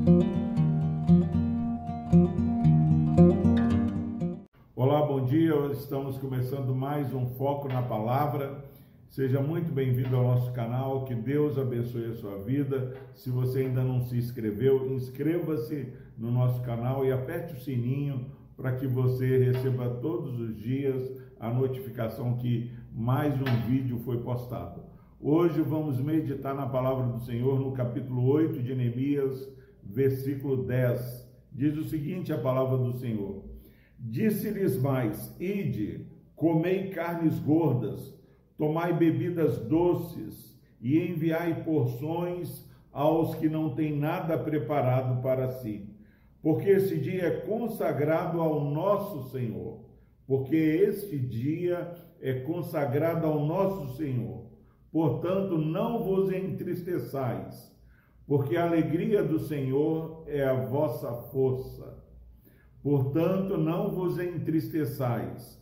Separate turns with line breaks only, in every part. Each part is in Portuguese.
Olá, bom dia. Estamos começando mais um Foco na Palavra. Seja muito bem-vindo ao nosso canal. Que Deus abençoe a sua vida. Se você ainda não se inscreveu, inscreva-se no nosso canal e aperte o sininho para que você receba todos os dias a notificação que mais um vídeo foi postado. Hoje vamos meditar na palavra do Senhor no capítulo 8 de Neemias, versículo 10. Diz o seguinte a palavra do Senhor: Disse-lhes mais: Ide, comei carnes gordas, tomai bebidas doces e enviai porções aos que não têm nada preparado para si, porque esse dia é consagrado ao nosso Senhor. Porque este dia é consagrado ao nosso Senhor. Portanto, não vos entristeçais, porque a alegria do Senhor é a vossa força. Portanto, não vos entristeçais,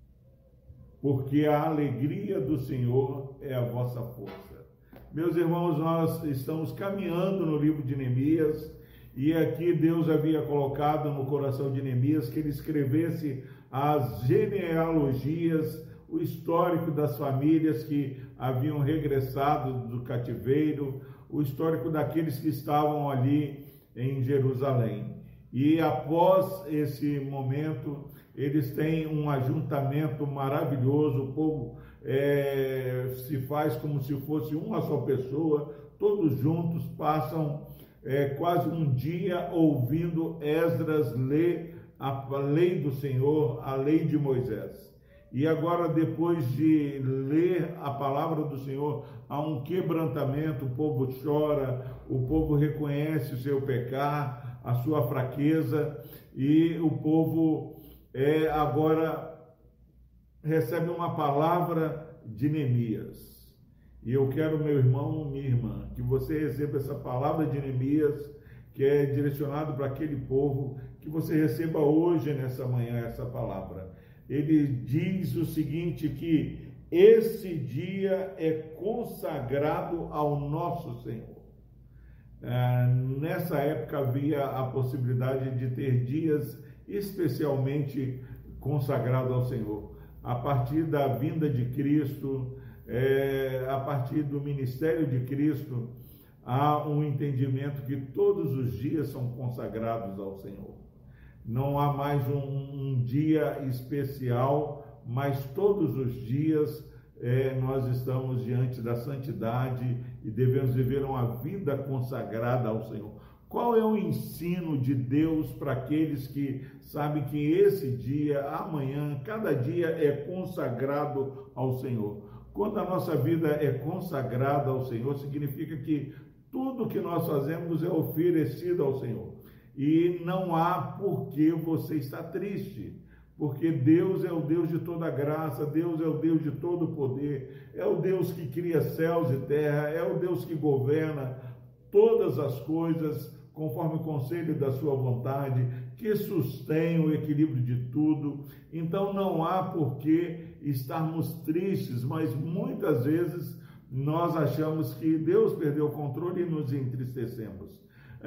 porque a alegria do Senhor é a vossa força. Meus irmãos, nós estamos caminhando no livro de Neemias, e aqui Deus havia colocado no coração de Neemias que ele escrevesse as genealogias, o histórico das famílias que haviam regressado do cativeiro, o histórico daqueles que estavam ali em Jerusalém. E após esse momento, eles têm um ajuntamento maravilhoso, o povo se faz como se fosse uma só pessoa, todos juntos passam quase um dia ouvindo Esdras ler a lei do Senhor, a lei de Moisés. E agora, depois de ler a palavra do Senhor, há um quebrantamento, o povo chora, o povo reconhece o seu pecar, a sua fraqueza, e o povo agora recebe uma palavra de Neemias. E eu quero, meu irmão, minha irmã, que você receba essa palavra de Neemias, que é direcionado para aquele povo, que você receba hoje, nessa manhã, essa palavra. Ele diz o seguinte, que esse dia é consagrado ao nosso Senhor. Nessa época havia a possibilidade de ter dias especialmente consagrados ao Senhor. A partir da vinda de Cristo, a partir do ministério de Cristo, há um entendimento que todos os dias são consagrados ao Senhor. Não há mais um dia especial, mas todos os dias nós estamos diante da santidade e devemos viver uma vida consagrada ao Senhor. Qual é o ensino de Deus para aqueles que sabem que esse dia, amanhã, cada dia é consagrado ao Senhor? Quando a nossa vida é consagrada ao Senhor, significa que tudo que nós fazemos é oferecido ao Senhor. E não há por que você estar triste, porque Deus é o Deus de toda graça, Deus é o Deus de todo poder, é o Deus que cria céus e terra, é o Deus que governa todas as coisas conforme o conselho da sua vontade, que sustém o equilíbrio de tudo. Então não há por que estarmos tristes, mas muitas vezes nós achamos que Deus perdeu o controle e nos entristecemos.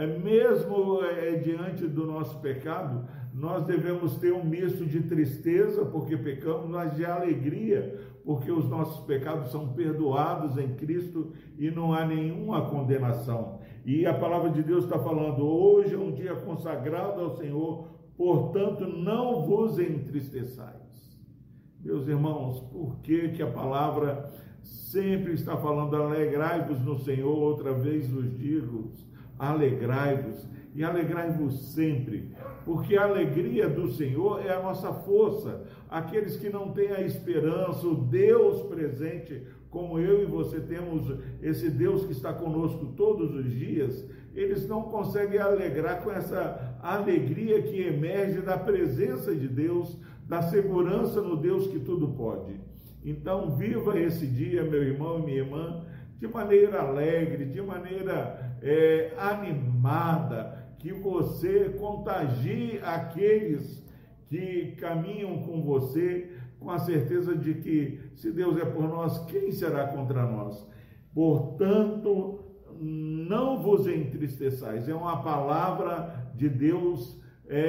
Mesmo diante do nosso pecado, nós devemos ter um misto de tristeza, porque pecamos, mas de alegria, porque os nossos pecados são perdoados em Cristo e não há nenhuma condenação. E a palavra de Deus está falando, hoje é um dia consagrado ao Senhor, portanto não vos entristeçais. Meus irmãos, por que a palavra sempre está falando alegrai-vos no Senhor? Outra vez vos digo, alegrai-vos, e alegrai-vos sempre, porque a alegria do Senhor é a nossa força. Aqueles que não têm a esperança, o Deus presente, como eu e você temos esse Deus que está conosco todos os dias, eles não conseguem alegrar com essa alegria que emerge da presença de Deus, da segurança no Deus que tudo pode. Então, viva esse dia, meu irmão e minha irmã, de maneira alegre, de maneira animada, que você contagie aqueles que caminham com você, com a certeza de que, se Deus é por nós, quem será contra nós? Portanto, não vos entristeçais. É uma palavra de Deus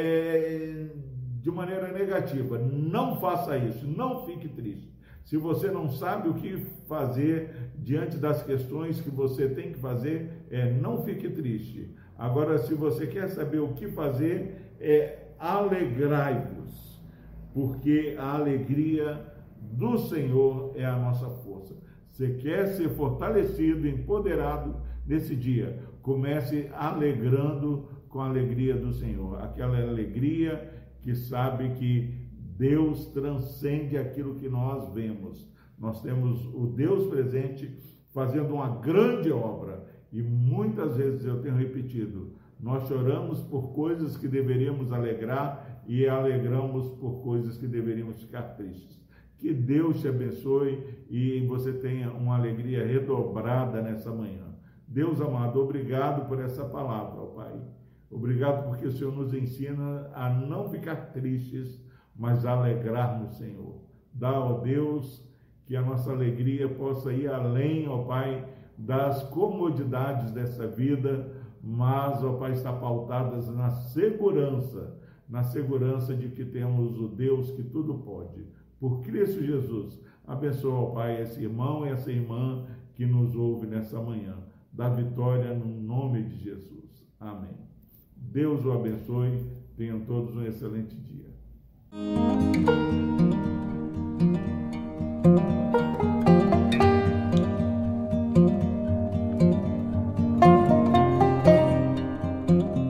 de maneira negativa. Não faça isso, não fique triste. Se você não sabe o que fazer diante das questões que você tem que fazer, não fique triste. Agora, se você quer saber o que fazer, alegrai-vos, porque a alegria do Senhor é a nossa força. Você quer ser fortalecido, empoderado nesse dia, comece alegrando com a alegria do Senhor, aquela alegria que sabe que Deus transcende aquilo que nós vemos. Nós temos o Deus presente fazendo uma grande obra, e muitas vezes eu tenho repetido, nós choramos por coisas que deveríamos alegrar e alegramos por coisas que deveríamos ficar tristes. Que Deus te abençoe e você tenha uma alegria redobrada nessa manhã. Deus amado, obrigado por essa palavra, ó Pai. Obrigado porque o Senhor nos ensina a não ficar tristes, mas a alegrar no Senhor. Dá, ó Deus, que a nossa alegria possa ir além, ó Pai, das comodidades dessa vida, mas, ó Pai, está pautadas na segurança de que temos o Deus que tudo pode. Por Cristo Jesus, abençoa, ó Pai, esse irmão e essa irmã que nos ouve nessa manhã. Dá vitória no nome de Jesus. Amém. Deus o abençoe. Tenham todos um excelente dia.